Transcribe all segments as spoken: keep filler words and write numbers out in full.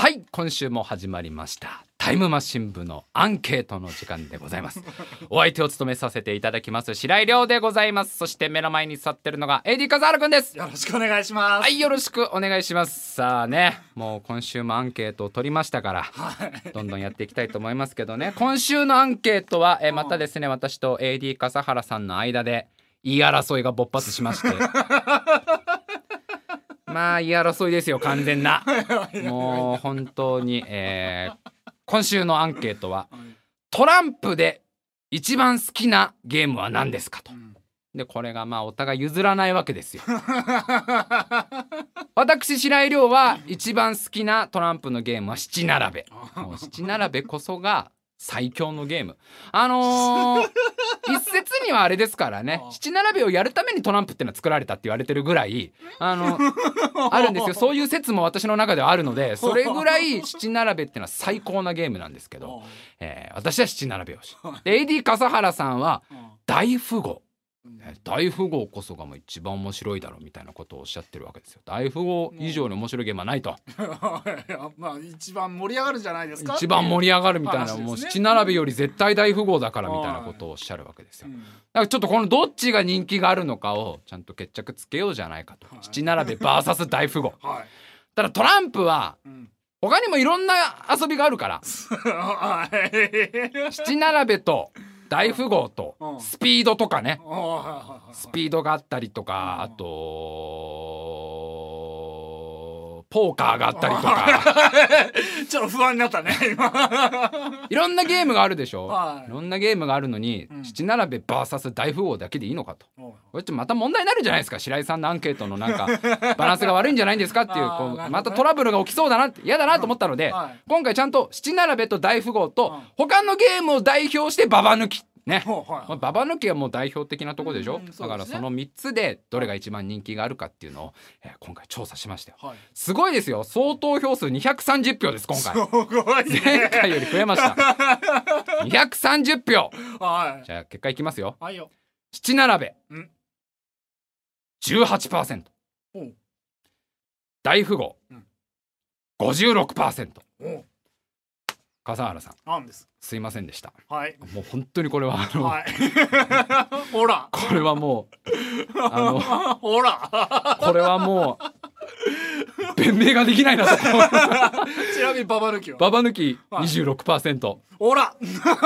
はい、今週も始まりましたタイムマシン部のアンケートの時間でございますお相手を務めさせていただきます白井亮でございます。そして目の前に座ってるのが エーディー 笠原くんです。 よろしくお願いします。 はい、よろしくお願いします。さあね、もう今週もアンケートを取りましたから、はい、どんどんやっていきたいと思いますけどね、今週のアンケートはえまたですね、私と エーディー 笠原さんの間で言い争いが勃発しましてまあ言い争いですよ、完全なもう本当に、えー、今週のアンケートはトランプで一番好きなゲームは何ですかと。でこれがまあお互い譲らないわけですよ私白井亮は一番好きなトランプのゲームは七並べ。もう七並べこそが最強のゲーム。あのー、一説にはあれですからね、七並べをやるためにトランプってのは作られたって言われてるぐらいあのあるんですよ。そういう説も私の中ではあるので、それぐらい七並べってのは最高なゲームなんですけど、えー、私は七並べをしで エーディー 笠原さんは大富豪、大富豪こそがもう一番面白いだろうみたいなことをおっしゃってるわけですよ。大富豪以上に面白いゲームはないとまあ一番盛り上がるじゃないですか。 一番盛り上がるみたいな、もう七並べより絶対大富豪だからみたいなことをおっしゃるわけですよ。だからちょっとこのどっちが人気があるのかをちゃんと決着つけようじゃないかと。七並べ ブイエス 大富豪、はい、ただトランプは他にもいろんな遊びがあるから七並べと大富豪とスピードとかね、スピードがあったりとか、あとポーカーがあったりとかちょっと不安になったね今いろんなゲームがあるでしょ、はい、いろんなゲームがあるのに、うん、七並べ ブイエス 大富豪だけでいいのかと。これちょっとまた問題になるじゃないですか。白井さんのアンケートのなんかバランスが悪いんじゃないんですかっていう、こうまたトラブルが起きそうだなって嫌だなと思ったので、はい、今回ちゃんと七並べと大富豪と他のゲームを代表してババ抜きね、はいはい、ババ抜きはもう代表的なとこでしょ、うんうん、だからそのみっつでどれが一番人気があるかっていうのを、えー、今回調査しましたよ、はい、すごいですよ。総投票数にひゃくさんじゅうひょうです今回。すごい、ね、前回より増えましたにひゃくさんじゅうひょう、はい、じゃあ結果いきますよ、はい、よ七並べ、うん、じゅうはちパーセント、うん、大富豪、うん、ごじゅうろくパーセント、うん、笠原さん、なんです、すいませんでした。はい、もう本当にこれはあの、はい、ほらこれはもうあのほらこれはもう弁明ができないなとちなみにババ抜きはババ抜き にじゅうろくパーセント、はい、ほら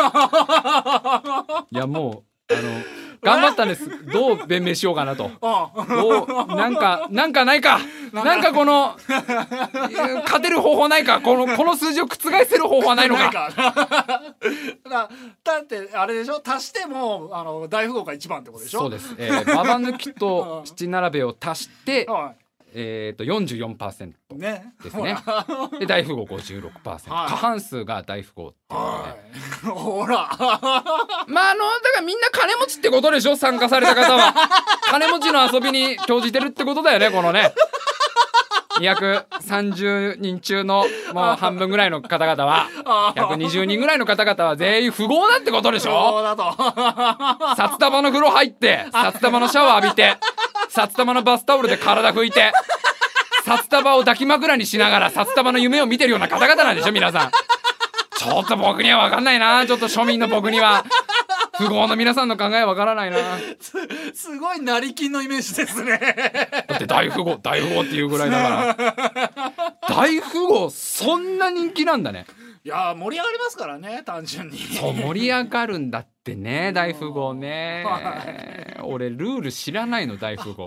いやもうあの頑張ったんです。どう弁明しようかなと。おなんかなんかないかなんかこの勝てる方法ないか、このこの数字を覆せる方法はないのかだ, だってあれでしょ、足してもあの大富豪が一番ってことでしょ。 そうです、えー、ババ抜きと七並べを足して、はい、えー、と よんじゅうよんパーセント ですね。で大富豪 ごじゅうろくパーセント、はい、過半数が大富豪っていうので、ね、ほらまああのだからみんな金持ちってことでしょ、参加された方は金持ちの遊びに興じてるってことだよね。このねにひゃくさんじゅうにん中のもう半分ぐらいの方々はひゃくにじゅうにんぐらいの方々は全員富豪だってことでしょ。札束の風呂入って札束のシャワー浴びて札束のバスタオルで体拭いて札束を抱き枕にしながら札束の夢を見てるような方々なんでしょ皆さん。ちょっと僕には分かんないな、ちょっと庶民の僕には富豪の皆さんの考え分からないな。 す, すごい成金のイメージですね。 だって大富豪大富豪っていうぐらいだから大富豪そんな人気なんだね。 いや盛り上がりますからね、単純に。 そう盛り上がるんだってね大富豪ね、はい、俺ルール知らないの大富豪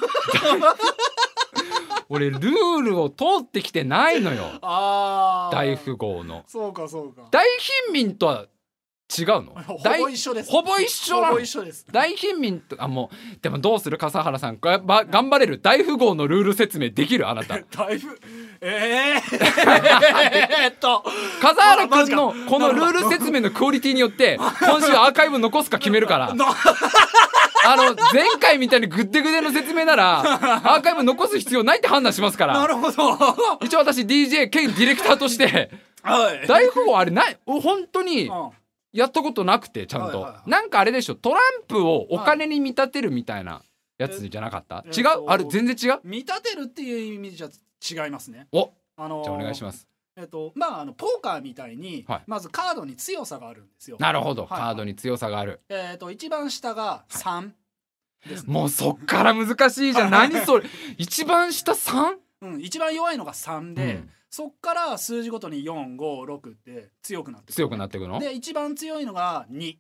俺ルールを通ってきてないのよ。あ大富豪の。 そうかそうか。 大貧民とは違うの？ ほぼ一緒です。 ほぼ一緒なの？ ほぼ一緒です。 大貧民とあもうでもどうする笠原さんがば頑張れる大富豪のルール説明できるあなた。 大富えー、えー、っと笠原くんのこのルール説明のクオリティによって今週アーカイブ残すか決めるから。あの前回みたいにグッデグデの説明ならアーカイブ残す必要ないって判断しますから。 なるほど。 一応私 ディージェー 兼ディレクターとして、はい、大富豪あれない本当にやったことなくてちゃんと、はいはいはい、なんかあれでしょトランプをお金に見立てるみたいなやつじゃなかった、違うあれ全然違う。 見立てるっていう意味じゃ違いますね。 おあのー、じゃあお願いします。 えっとまああのポーカーみたいに、はい、まずカードに強さがあるんですよ。 なるほど、はい、カードに強さがある。 えっと一番下がさんですね。 もうそっから難しいじゃん。何それ一番下 さん？ うん、一番弱いのがさんで、うん、そっから数字ごとによん、ご、ろくって強くなってくる、ね、 強くなってくので一番強いのがに。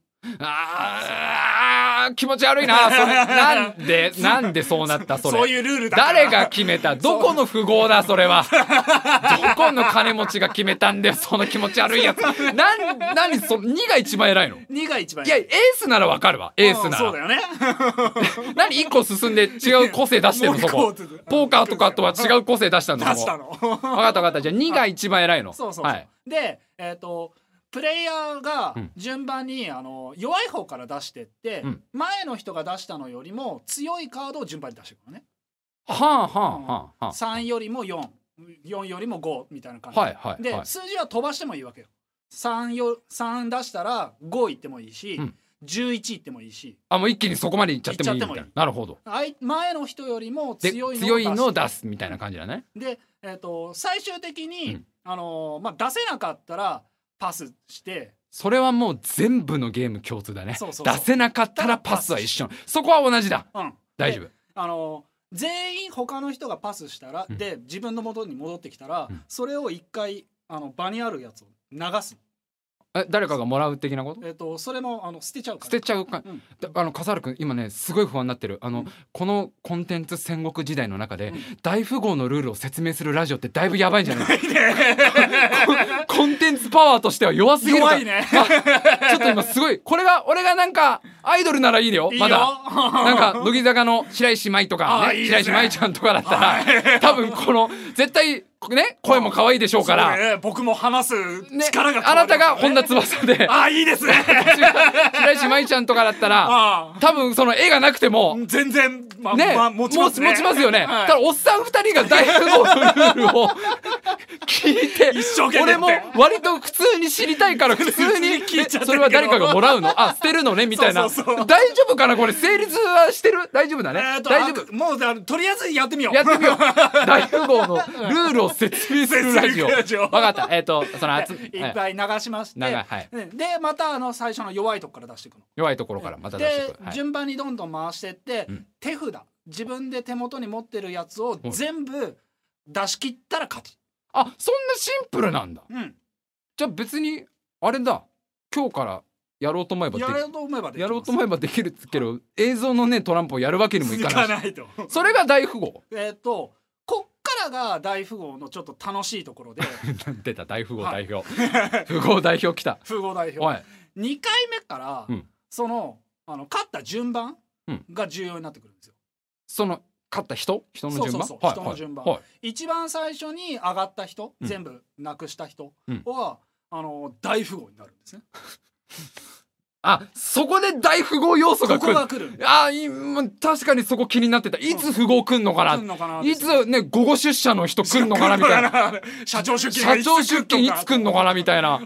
あー気持ち悪いなそれ。なんでなんでそうなったそれ。 そういうルールだから。 誰が決めた。どこの富豪だそれは。どこの金持ちが決めたんだよその気持ち悪いやつ。なん何そにが一番偉いの。 にが一番偉い。 いやエースならわかるわ。エースなら。 そうだよね。 何いっこ進んで違う個性出してるのそこ。ポーカーとかとは違う個性出したの。 出したの。 分かった分かった。じゃあにが一番偉いの。 そうそうそう、はい、でえっ、ー、とプレイヤーが順番に、うん、あの弱い方から出してって、うん、前の人が出したのよりも強いカードを順番に出していくのね。 はあはあはあ、 さんよりもよん、よんよりもごみたいな感じ、 はいはいはい、 で数字は飛ばしてもいいわけよ。さん, よさん出したらごいってもいいし、うん、じゅういちいってもいいし、 あもう一気にそこまでいっちゃってもいいみたいな。なるほど。 前の人よりも強いのを出す、 強いのを出すみたいな感じだね。 で、えー、と最終的に、うん、あのーまあ、出せなかったらパスして。 それはもう全部のゲーム共通だね。 そうそうそう、 出せなかったらパスは一緒。そこは同じだ、うん、大丈夫。 あの全員他の人がパスしたら、うん、で自分の元に戻ってきたら、うん、それを一回あの場にあるやつを流す。 え誰かがもらう的なこと？ えっとそれもあの捨てちゃうから。 捨てちゃうか、うん、あの笠原君今ねすごい不安になってる。あの、うん、このコンテンツ戦国時代の中で、うん、大富豪のルールを説明するラジオってだいぶやばいんじゃないコンテンツパワーとしては弱すぎるから。 弱いねちょっと今すごいこれが俺がなんかアイドルならいいよ。まだなんか乃木坂の白石舞とか、ね、いいね、白石舞ちゃんとかだったら多分この絶対ね、声も可愛いでしょうから、 ね、僕も話す力が、 ね、あなたが本田翼であいいですね白石舞ちゃんとかだったら多分その絵がなくても全然、まねま、持ちますね。 持ちますよね、はい、ただおっさんふたりが大富豪のルールを聞いて一生懸命俺も割と普通に知りたいから普通に聞いちゃってるけどそれは誰かがもらうのあ捨てるのねみたいな。 そうそうそう大丈夫かなこれ成立はしてる。大丈夫だね、 えー、 大丈夫。 もうあとりあえずやってみようやってみよう大富豪のルールを説明するラジオ分かった。えっ、ー、とその集いっぱい流しまして、はい、でまたあの最初の弱いとこから出していくの。 弱いところからまた出していく。 で、はい、順番にどんどん回してって、うん、手札自分で手元に持ってるやつを全部出し切ったら勝ち。 あそんなシンプルなんだ、 うん、 じゃあ別にあれだ今日からやろうと思えばできる。 やろうと思えばできる。 やろうと思えばできるけど映像のねトランプをやるわけにもいかないし。 いかないとそれが大富豪。 えっとこっからが大富豪のちょっと楽しいところで出た大富豪代表、はい、富豪代表来た。 富豪代表にかいめから、うん、そのあの勝った順番が重要になってくるんですよ。 その勝った人人の順番。 そうそうそう、はい、人の順番、はい、一番最初に上がった人、うん、全部なくした人は、うん、あの大富豪になるんですねあそこで大富豪要素が来る。 ここが来る。 あ確かにそこ気になってた。いつ富豪来んのかな、うん、いつね午後出社の人来んのかなみたいな社長出勤社長出勤いつ来んのかなみたいな、うん、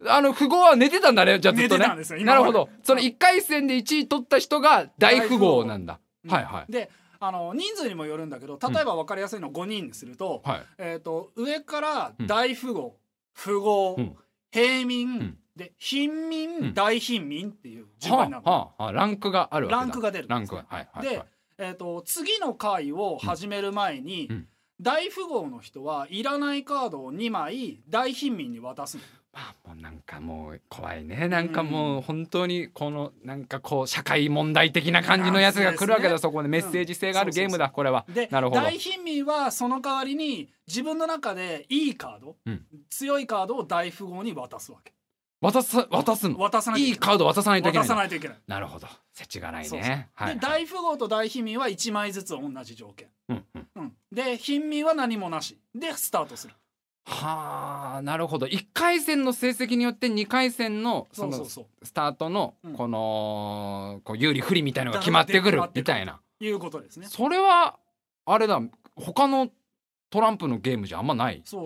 あの富豪は寝てたんだねじゃあずっとね。なるほど。そのいっかい戦でいちい取った人が大富豪なんだ、うん、はいはい。 であの人数にもよるんだけど例えば分かりやすいのごにんにすると、うん、えー、と上から大富豪、うん、富豪、うん、平民、うんで貧民、うん、大貧民っていう順番になる、 はあはあ、ランクがあるわけだ。 ランクが出るんです。 ランクが、はいはいはい、 で、えー、と次の回を始める前に、うん、大富豪の人はいらないカードをにまい大貧民に渡すの。 あもうなんかもう怖いね。なんかもう本当にこのなんかこう社会問題的な感じのやつが来るわけだ、ね、そこでメッセージ性があるゲームだ、うん、これは。 でなるほど。 大貧民はその代わりに自分の中でいいカード、うん、強いカードを大富豪に渡すわけ。 渡さ渡すの。 渡さないといけない。いいカード渡さないといけない。 渡さないといけない。 なるほど。世知がないね。 そうそうはいはい、 で大富豪と大貧民はいちまいずつ同じ条件。 うんうんうん、で貧民は何もなしでスタートする。 はあなるほど。いっかい戦の成績によってにかい戦のそのスタートのこのこう有利不利みたいなのが決まってくるみたいないうことですね。 それはあれだ他のトランプのゲームじゃあんまない。 そうそう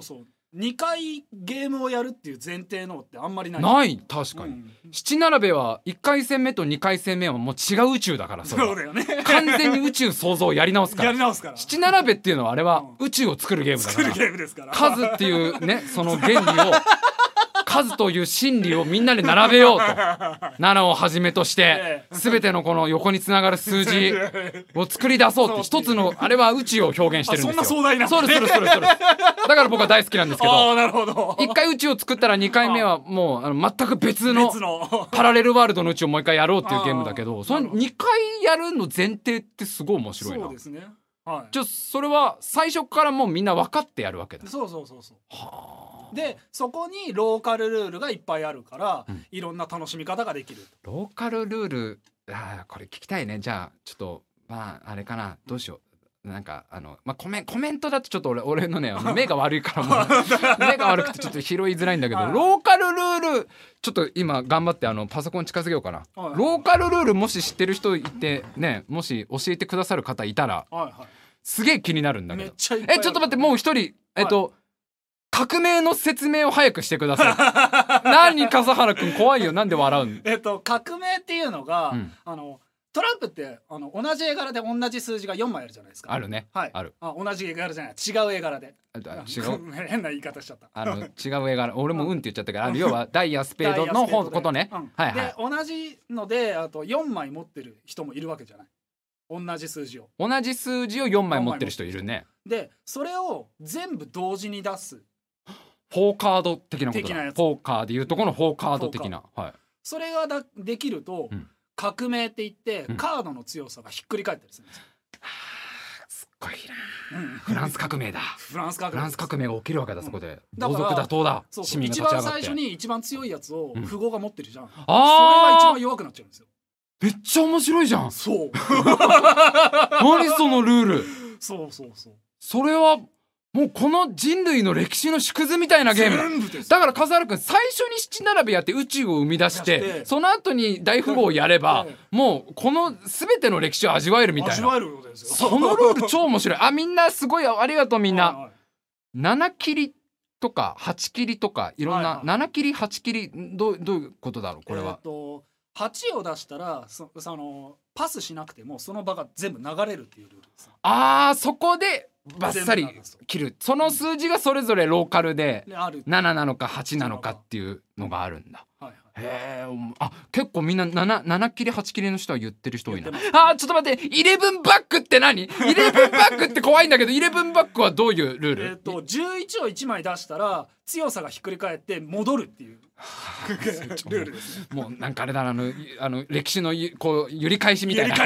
にかいゲームをやるっていう前提のってあんまりない。 ない確かに、うん、七並べはいっかい戦目とにかい戦目はもう違う宇宙だから。それそうだよね完全に宇宙創造をやり直すからやり直すから。 七並べっていうのはあれは宇宙を作るゲームだから、 作るゲームですから。 数っていうねその原理を数という真理をみんなで並べようとななをはじめとして全てのこの横につながる数字を作り出そうって一つのあれは宇宙を表現してるんですよ。 そんな壮大な、 そうですそうですそうですそうですだから僕は大好きなんですけど、 あ、なるほど、 一回宇宙を作ったらにかいめはもうあの全く別のパラレルワールドの宇宙をもう一回やろうっていうゲームだけど、そのにかいやるの前提ってすごい面白いな。 そうですね、はい、 じゃあそれは最初からもうみんな分かってやるわけだ。 そうそうそうそう。 はあ。 でそこにローカルルールがいっぱいあるから、うん、いろんな楽しみ方ができる。 ローカルルール、あ、これ聞きたいね。じゃあちょっとまああれかな、どうしよう。なんかあの、まあ、コメ、コメントだとちょっと俺俺のね目が悪いからもう目が悪くてちょっと拾いづらいんだけど、ローカルルールちょっと今頑張ってあのパソコン近づけようかな。はいはい、ローカルルールもし知ってる人いてね、もし教えてくださる方いたら、はいはい、すげえ気になるんだけど。めっちゃいっぱいある。えちょっと待って、もう一人えっと、はい、革命の説明を早くしてください何笠原くん怖いよ、なんで笑うの。 えっと革命っていうのが、うん、あのトランプってあの同じ絵柄で同じ数字がよんまいあるじゃないですか。 あるね、はい、ある。 あ、同じ絵柄じゃない、違う絵柄で。違う変な言い方しちゃった。 あの違う絵柄、俺もうんって言っちゃったけど、あの要はダイヤスペードのことね、うん、はいはい。 で同じのであとよんまい持ってる人もいるわけじゃない、同じ数字を同じ数字をよんまい持ってる人いるね。 でそれを全部同時に出すフォーカード的なことだ。フォーカーでいうとこのフォーカード的な、はい、 それがだできると、うん、革命って言って、うん、カードの強さがひっくり返ったりするんですよ。 はあ、すっごいな、うん、フランス革命だ。 フランス革命、 フランス革命が起きるわけだ、そこで。同族打倒だ。 そうそう、一番最初に一番強いやつを富豪が持ってるじゃん、うん、それが一番弱くなっちゃうんですよ。 めっちゃ面白いじゃん。 そう何そのルール。 そうそうそう、 それはもうこの人類の歴史の縮図みたいなゲームだ。だから笠原くん最初に七並べやって宇宙を生み出してその後に大富豪をやればもうこの全ての歴史を味わえるみたいな。 味わえるんですよ。 そのルール超面白い。あ、みんなすごいありがとうみんな。はいはい、なな切りとかはち切りとかいろんな、はいはい、なな切りはち切りどうどういうことだろうこれは。えーとはちを出したら そ, そのパスしなくてもその場が全部流れるっていうルールです。 あー、そこでバッサリ切る。その数字がそれぞれローカルでなななのかはちなのかっていうのがあるんだ。はいはい、へえ。あ、結構みんな 7, 7切りはち切りの人は言ってる人多いな。あー、ちょっと待って、イレブンバックって何？イレブンバックって怖いんだけど、イレブンバックはどういうルール？ えっとじゅういちをいちまい出したら強さがひっくり返って戻るっていうルールです、ね、 もうなんかあれだな、あのあの歴史のこう揺り返しみたいな。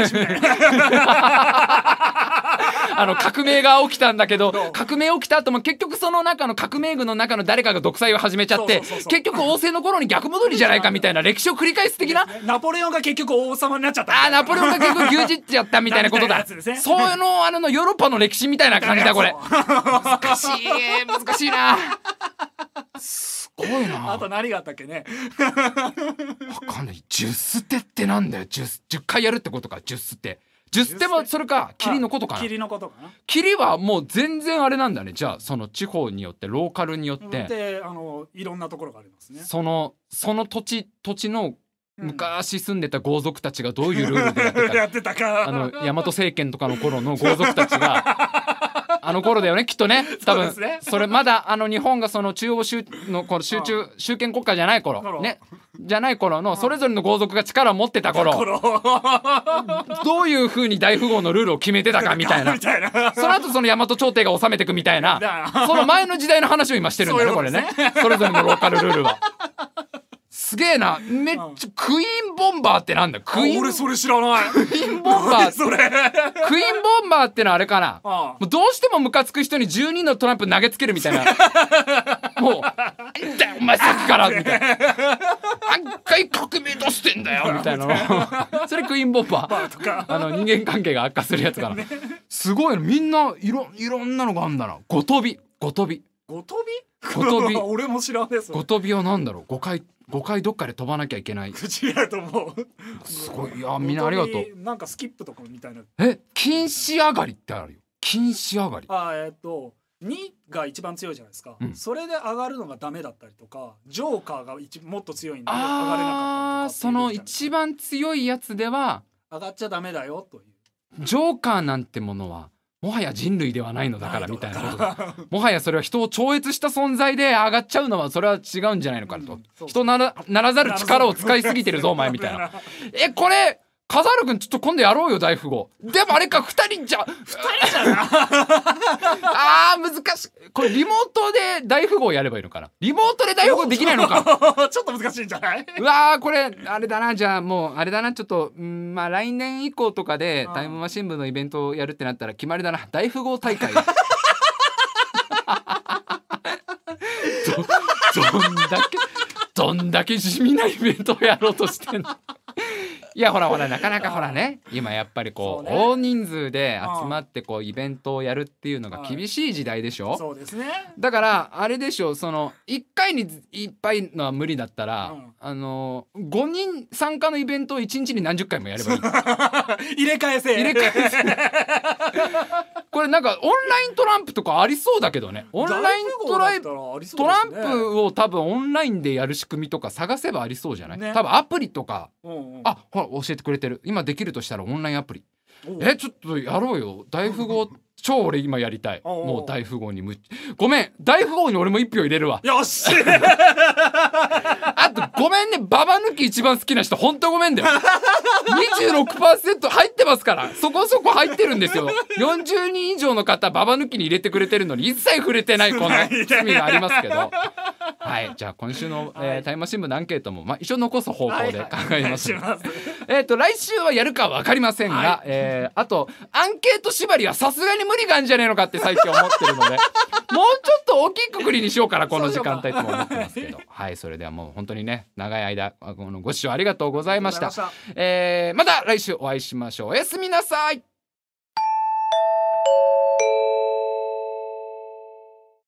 あの革命が起きたんだけど、革命起きた後も結局その中の革命軍の中の誰かが独裁を始めちゃって、結局王政の頃に逆戻りじゃないかみたいな歴史を繰り返す的な。 ナポレオンが結局王様になっちゃった。 あ、ナポレオンが結局牛耳っちゃったみたいなことだ。そういうのあのヨーロッパの歴史みたいな感じだこれ。難しい難しいな。すごいな。 あと何があったっけね。 わかんない。じゅう捨てってなんだよ。 10, 10回やるってことか。じゅう捨てじゅう捨てもそれか霧のことかな。 霧のことかな。 霧はもう全然あれなんだね。じゃあその地方によってローカルによってであのいろんなところがありますね。 そのその土地土地の昔住んでた豪族たちがどういうルールでやってたか、 やってたか。 あの大和政権とかの頃の豪族たちがあの頃だよねきっとね。多分 そ,、ね、それまだあの日本がその中央集のこの集中集権国家じゃない頃ねじゃない頃のそれぞれの豪族が力を持ってた頃どういう風に大富豪のルールを決めてたかみたいなその後その大和朝廷が治めていくみたいなその前の時代の話を今してるんだねこれね。それぞれのローカルルールは。すげえな。めっちゃクイーンボンバーってなんだ。クイーン俺それ知らない。 クイーンボンバーそれクイーンボンバーってのはあれかな。ああもうどうしてもムカつく人にじゅうにのトランプ投げつけるみたいな。もうなんだよお前さっきからみたいな。何回革命出してんだよみたいな。それクイーンボンバー。あの人間関係が悪化するやつかな。すごいのみんないろいろんなのがあんだな。ごとびごとびごとびごとび俺も知らんです。 ごとびはなんだろう。ごかいごかいどっかで飛ばなきゃいけない。 違うと思う。 すごい。いやみんなありがとう。 なんかスキップとかみたいな。 え禁止上がりってあるよ。禁止上がり。 あえっとにが一番強いじゃないですか、うん、それで上がるのがダメだったりとか、ジョーカーが一もっと強いんで上がれなかったりとか、 あその一番強いやつでは上がっちゃダメだよという、 ジョーカーなんてものはもはや人類ではないのだからみたいなこともはやそれは人を超越した存在で上がっちゃうのはそれは違うんじゃないのかと、うん、人ならならざる力を使いすぎてるぞお前みたいなえこれ笠原くんちょっと今度やろうよ大富豪。でもあれかふたりじゃふたりじゃなあー難しい。これリモートで大富豪やればいいのかな。リモートで大富豪できないのかちょっと難しいんじゃない。 うわーこれあれだな。じゃあもうあれだなちょっとんまあ来年以降とかでタイムマシン部のイベントをやるってなったら決まりだな。大富豪大会ど, どんだけどんだけ地味なイベントをやろうとしてんのいやほらほらなかなかほらね今やっぱりこう、ね、大人数で集まってこうイベントをやるっていうのが厳しい時代でしょ、はい、 そうですね。 だからあれでしょそのいっかいにいっぱいのは無理だったら、うん、あのごにん参加のイベントをいちにちに何十回もやればいい入れ替えせ入れ替えせこれなんかオンライントランプとかありそうだけどね。オンライントライプ、ね、トランプを多分オンラインでやる仕組みとか探せばありそうじゃない、ね、多分アプリとか、うんうん、あほら教えてくれてる。今できるとしたらオンラインアプリ。えちょっとやろうよ大富豪超俺今やりたい。もう大富豪にむごめん大富豪に俺も一票入れるわ。 よしあとごめんねババ抜き一番好きな人ほんとごめんだよにじゅうろくパーセント 入ってますからそこそこ入ってるんですよ。よんじゅうにん以上の方ババ抜きに入れてくれてるのに一切触れてないこの罪がありますけどはいじゃあ今週の、えー、タイムマシン部のアンケートも、まあ、一応残す方向で考えます、はいはい、えっと来週はやるかは分かりませんが、はいえー、あとアンケート縛りはさすがに無理があるんじゃねえのかって最近思ってるのでもうちょっと大きいくくりにしようかなこの時間帯とも思ってますけどはいそれではもう本当にね長い間このご視聴ありがとうございました。まえー、また来週お会いしましょう。おやすみなさい。